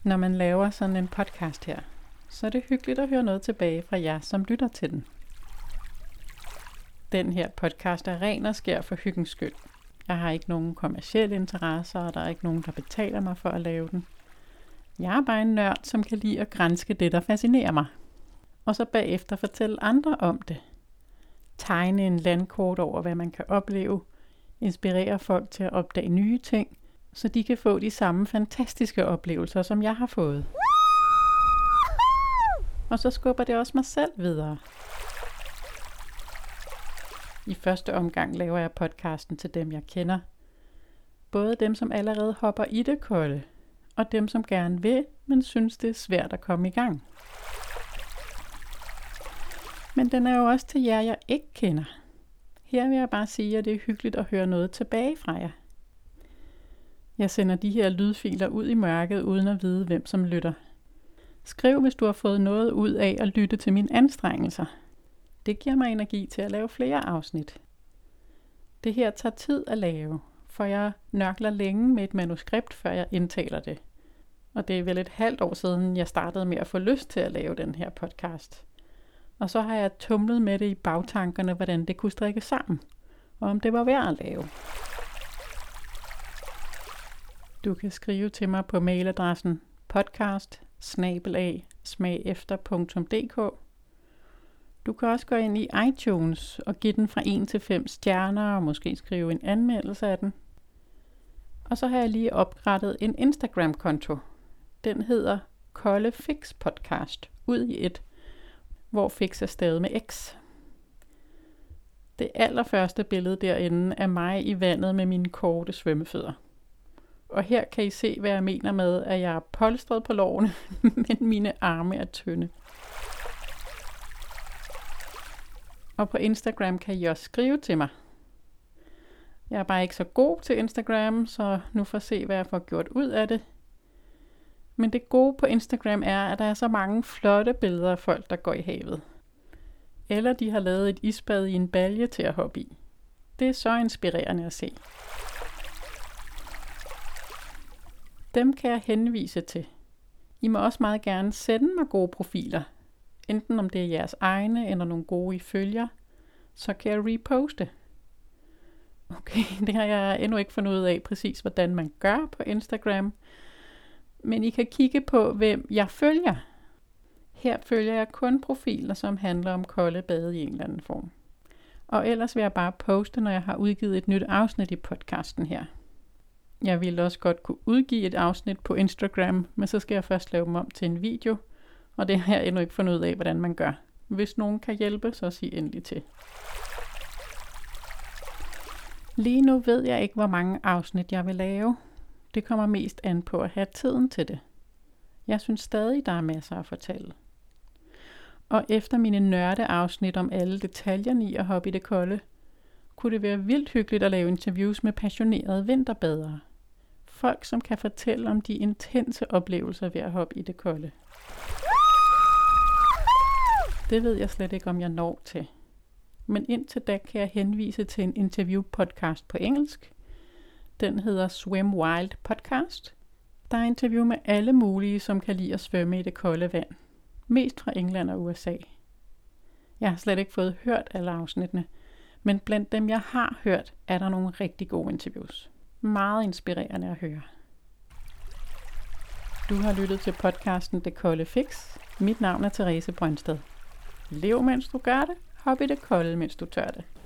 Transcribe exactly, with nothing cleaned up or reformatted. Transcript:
Når man laver sådan en podcast her, så er det hyggeligt at høre noget tilbage fra jer, som lytter til den. Den her podcast er ren og skær for hyggens skyld. Jeg har ikke nogen kommercielle interesser, og der er ikke nogen, der betaler mig for at lave den. Jeg er bare en nørd, som kan lide at granske det, der fascinerer mig. Og så bagefter fortælle andre om det. Tegne en landkort over, hvad man kan opleve. Inspirere folk til at opdage nye ting, så de kan få de samme fantastiske oplevelser, som jeg har fået. Og så skubber det også mig selv videre. I første omgang laver jeg podcasten til dem, jeg kender. Både dem, som allerede hopper i det kolde, og dem, som gerne vil, men synes, det er svært at komme i gang. Men den er jo også til jer, jeg ikke kender. Her vil jeg bare sige, at det er hyggeligt at høre noget tilbage fra jer. Jeg sender de her lydfiler ud i mørket, uden at vide, hvem som lytter. Skriv, hvis du har fået noget ud af at lytte til mine anstrengelser. Det giver mig energi til at lave flere afsnit. Det her tager tid at lave, for jeg nørkler længe med et manuskript, før jeg indtaler det. Og det er vel et halvt år siden, jeg startede med at få lyst til at lave den her podcast. Og så har jeg tumlet med det i bagtankerne, hvordan det kunne strikke sammen, og om det var værd at lave. Du kan skrive til mig på mailadressen podcast bindestreg smagefter punktum d k. Du kan også gå ind i iTunes og give den fra en til fem stjerner, og måske skrive en anmeldelse af den. Og så har jeg lige oprettet en Instagram-konto. Den hedder Kolde Fix Podcast, ud i et, hvor Fix er stavet med X. Det allerførste billede derinde er mig i vandet med mine korte svømmefødder. Og her kan I se, hvad jeg mener med, at jeg er polstret på lårene, men mine arme er tynde. Og på Instagram kan I også skrive til mig. Jeg er bare ikke så god til Instagram, så nu får jeg se, hvad jeg får gjort ud af det. Men det gode på Instagram er, at der er så mange flotte billeder af folk, der går i havet. Eller de har lavet et isbad i en balje til at hoppe i. Det er så inspirerende at se. Dem kan jeg henvise til. I må også meget gerne sende mig gode profiler. Enten om det er jeres egne, eller nogle gode I følger, så kan jeg reposte. Okay, det har jeg endnu ikke fundet ud af præcis, hvordan man gør på Instagram. Men I kan kigge på, hvem jeg følger. Her følger jeg kun profiler, som handler om kolde bade i en eller anden form. Og ellers vil jeg bare poste, når jeg har udgivet et nyt afsnit i podcasten her. Jeg ville også godt kunne udgive et afsnit på Instagram, men så skal jeg først lave dem om til en video, og det har jeg endnu ikke fundet ud af, hvordan man gør. Hvis nogen kan hjælpe, så sig endelig til. Lige nu ved jeg ikke, hvor mange afsnit jeg vil lave. Det kommer mest an på at have tiden til det. Jeg synes stadig, der er masser at fortælle. Og efter mine nørdeafsnit om alle detaljerne i at hoppe i det kolde, kunne det være vildt hyggeligt at lave interviews med passionerede vinterbadere. Folk, som kan fortælle om de intense oplevelser ved at hoppe i det kolde. Det ved jeg slet ikke, om jeg når til. Men indtil da kan jeg henvise til en interview-podcast på engelsk. Den hedder Swim Wild Podcast. Der er interview med alle mulige, som kan lide at svømme i det kolde vand. Mest fra England og U S A. Jeg har slet ikke fået hørt alle afsnittene, men blandt dem, jeg har hørt, er der nogle rigtig gode interviews. Meget inspirerende at høre. Du har lyttet til podcasten Det Kolde Fix. Mit navn er Therese Brøndsted. Lev, mens du gør det. Hop i det kolde, mens du tør det.